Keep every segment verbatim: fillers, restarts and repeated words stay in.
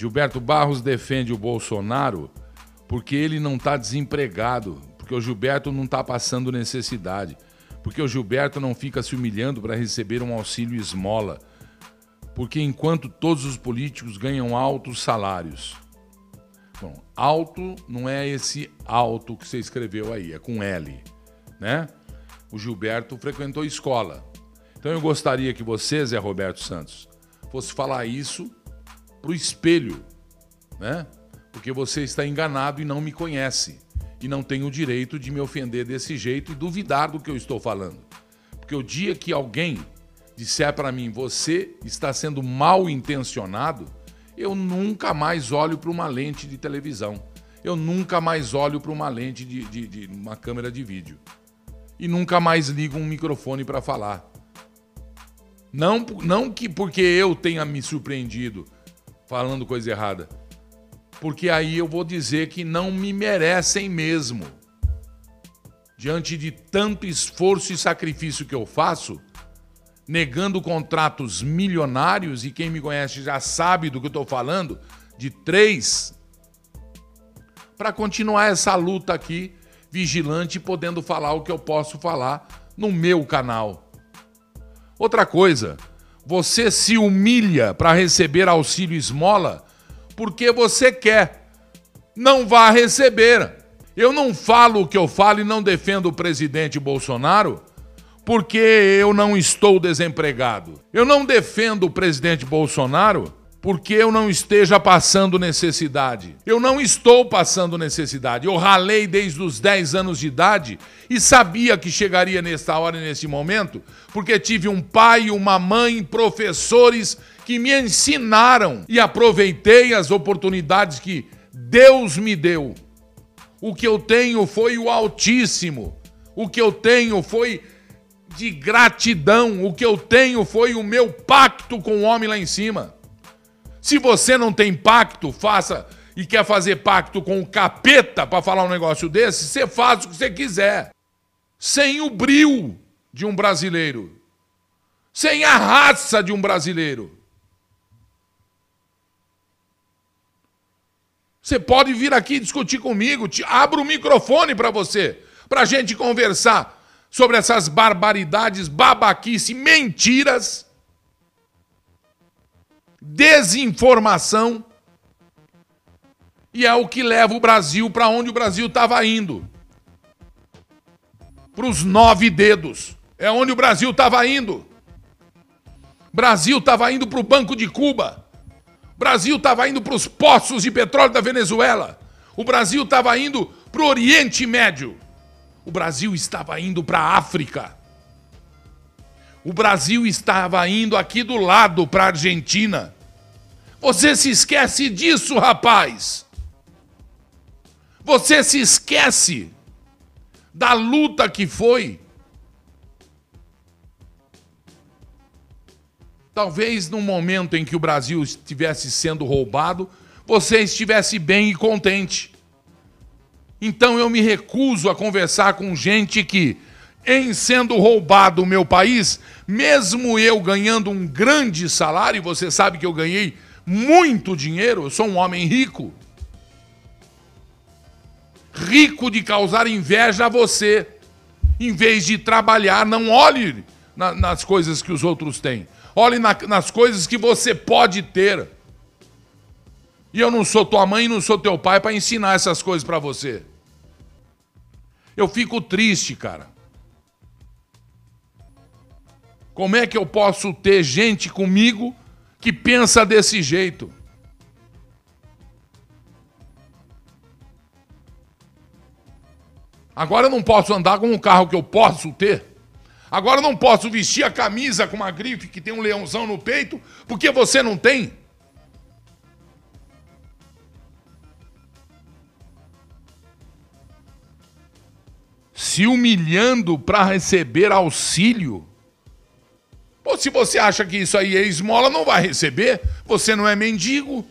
Gilberto Barros defende o Bolsonaro porque ele não está desempregado, porque o Gilberto não está passando necessidade, porque o Gilberto não fica se humilhando para receber um auxílio esmola, porque enquanto todos os políticos ganham altos salários. Bom, alto não é esse alto que você escreveu aí, é com L, né? O Gilberto frequentou escola. Então eu gostaria que você, Zé Roberto Santos, fosse falar isso pro espelho, né? Porque você está enganado e não me conhece. E não tem o direito de me ofender desse jeito e duvidar do que eu estou falando. Porque o dia que alguém disser para mim, você está sendo mal intencionado, eu nunca mais olho para uma lente de televisão. Eu nunca mais olho para uma lente de, de, de uma câmera de vídeo. E nunca mais ligo um microfone para falar. Não, não que porque eu tenha me surpreendido falando coisa errada. Porque aí eu vou dizer que não me merecem mesmo. Diante de tanto esforço e sacrifício que eu faço, negando contratos milionários, e quem me conhece já sabe do que eu estou falando, de três, para continuar essa luta aqui, vigilante, podendo falar o que eu posso falar no meu canal. Outra coisa, você se humilha para receber auxílio esmola porque você quer. Não vá receber. Eu não falo o que eu falo e não defendo o presidente Bolsonaro porque eu não estou desempregado. Eu não defendo o presidente Bolsonaro porque eu não esteja passando necessidade. Eu não estou passando necessidade. Eu ralei desde os dez anos de idade e sabia que chegaria nessa hora e nesse momento, porque tive um pai, uma mãe, professores que me ensinaram e aproveitei as oportunidades que Deus me deu. O que eu tenho foi o Altíssimo. O que eu tenho foi de gratidão. O que eu tenho foi o meu pacto com o homem lá em cima. Se você não tem pacto, faça e quer fazer pacto com o capeta para falar um negócio desse, você faz o que você quiser. Sem o brio de um brasileiro. Sem a raça de um brasileiro. Você pode vir aqui discutir comigo, te abro o microfone para você, para a gente conversar sobre essas barbaridades, babaquice, mentiras, desinformação, e é o que leva o Brasil para onde o Brasil estava indo. Para os nove dedos. É onde o Brasil estava indo. O Brasil estava indo para o Banco de Cuba. O Brasil estava indo para os poços de petróleo da Venezuela. O Brasil estava indo para o Oriente Médio. O Brasil estava indo para a África. O Brasil estava indo aqui do lado para a Argentina. Você se esquece disso, rapaz. Você se esquece da luta que foi. Talvez no momento em que o Brasil estivesse sendo roubado, você estivesse bem e contente. Então eu me recuso a conversar com gente que, em sendo roubado o meu país, mesmo eu ganhando um grande salário, e você sabe que eu ganhei muito dinheiro, eu sou um homem rico. Rico de causar inveja a você. Em vez de trabalhar, não olhe na, nas coisas que os outros têm. Olhe na, nas coisas que você pode ter. E eu não sou tua mãe e não sou teu pai para ensinar essas coisas para você. Eu fico triste, cara. Como é que eu posso ter gente comigo que pensa desse jeito? Agora eu não posso andar com um carro que eu posso ter. Agora eu não posso vestir a camisa com uma grife que tem um leãozão no peito, porque você não tem. Se humilhando para receber auxílio. Ou se você acha que isso aí é esmola, não vai receber. Você não é mendigo.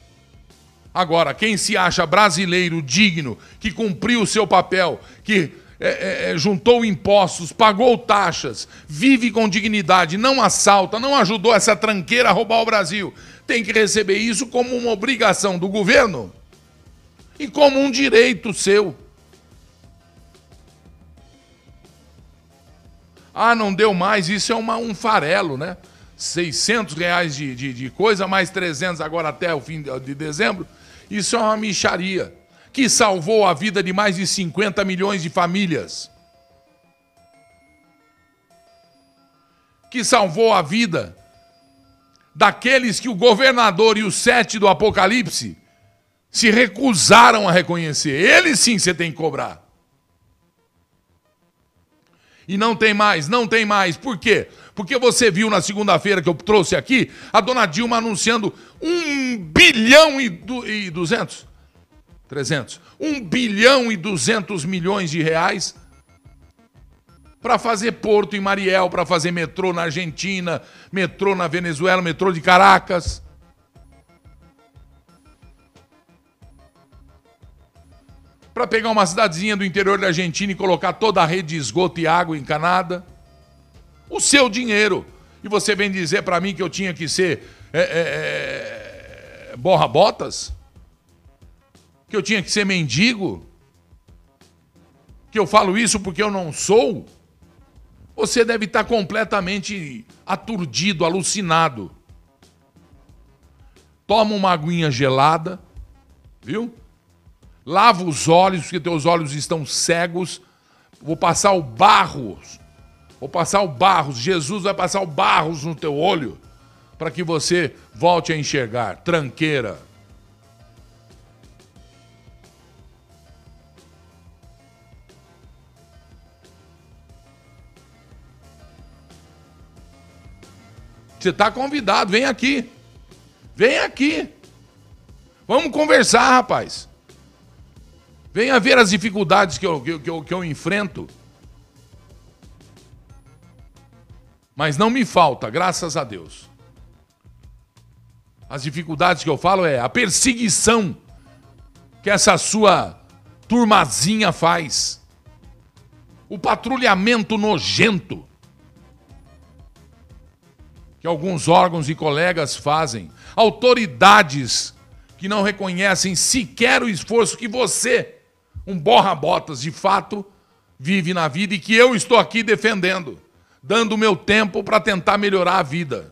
Agora, quem se acha brasileiro digno, que cumpriu o seu papel, que é, é, juntou impostos, pagou taxas, vive com dignidade, não assalta, não ajudou essa tranqueira a roubar o Brasil, tem que receber isso como uma obrigação do governo e como um direito seu. Ah, não deu mais, isso é uma, um farelo, né? seiscentos reais de, de, de coisa, mais trezentos agora até o fim de, de dezembro. Isso é uma mixaria que salvou a vida de mais de cinquenta milhões de famílias. Que salvou a vida daqueles que o governador e os sete do Apocalipse se recusaram a reconhecer. Eles sim você tem que cobrar. E não tem mais, não tem mais. Por quê? Porque você viu na segunda-feira que eu trouxe aqui a dona Dilma anunciando um bilhão e, du e duzentos? trezentos. Um bilhão e duzentos milhões de reais para fazer porto em Mariel, para fazer metrô na Argentina, metrô na Venezuela, metrô de Caracas. Para pegar uma cidadezinha do interior da Argentina e colocar toda a rede de esgoto e água encanada. O seu dinheiro. E você vem dizer para mim que eu tinha que ser é, é, é, borra-botas? Que eu tinha que ser mendigo? Que eu falo isso porque eu não sou? Você deve estar completamente aturdido, alucinado. Toma uma aguinha gelada, viu? Lava os olhos, porque teus olhos estão cegos. Vou passar o barros. Vou passar o barros. Jesus vai passar o barros no teu olho para que você volte a enxergar. Tranqueira. Você está convidado, vem aqui. Vem aqui. Vamos conversar, rapaz. Venha ver as dificuldades que eu, que, eu, que eu enfrento. Mas não me falta, graças a Deus. As dificuldades que eu falo é a perseguição que essa sua turmazinha faz. O patrulhamento nojento que alguns órgãos e colegas fazem. Autoridades que não reconhecem sequer o esforço que você, um borra-botas de fato, vive na vida e que eu estou aqui defendendo, dando o meu tempo para tentar melhorar a vida.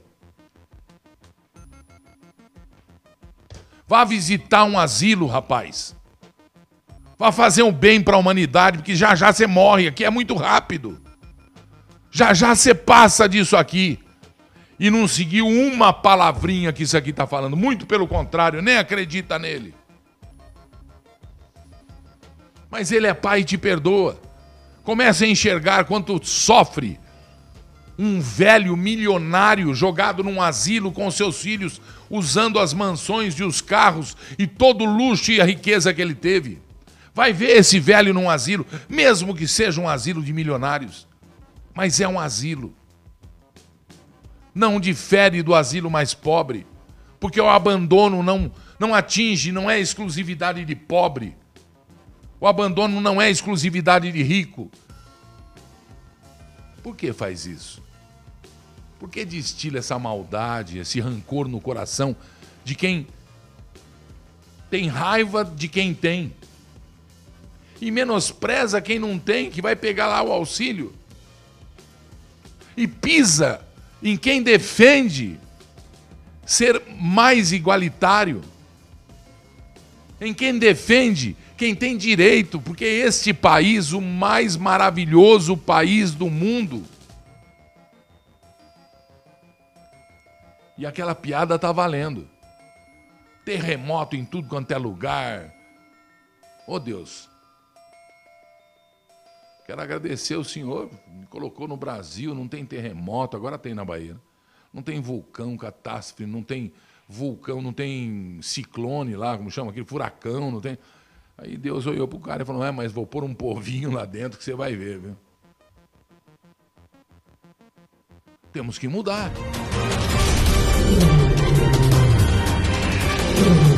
Vá visitar um asilo, rapaz. Vá fazer um bem para a humanidade, porque já já você morre, aqui é muito rápido. Já já você passa disso aqui. E não seguiu uma palavrinha que isso aqui está falando. Muito pelo contrário, nem acredita nele. Mas ele é pai e te perdoa. Comece a enxergar quanto sofre um velho milionário jogado num asilo com seus filhos, usando as mansões e os carros e todo o luxo e a riqueza que ele teve. Vai ver esse velho num asilo, mesmo que seja um asilo de milionários. Mas é um asilo. Não difere do asilo mais pobre, porque o abandono não, não atinge, não é exclusividade de pobre. O abandono não é exclusividade de rico. Por que faz isso? Por que destila essa maldade, esse rancor no coração de quem tem raiva de quem tem? E menospreza quem não tem, que vai pegar lá o auxílio? E pisa em quem defende ser mais igualitário, em quem defende quem tem direito, porque este país, o mais maravilhoso país do mundo. E aquela piada tá valendo. Terremoto em tudo quanto é lugar. Oh, Deus. Quero agradecer o senhor, me colocou no Brasil, não tem terremoto, agora tem na Bahia. Não tem vulcão, catástrofe, não tem vulcão, não tem ciclone lá, como chama aquele, furacão, não tem... Aí Deus olhou pro cara e falou, é, mas vou pôr um povinho lá dentro que você vai ver, viu? Temos que mudar.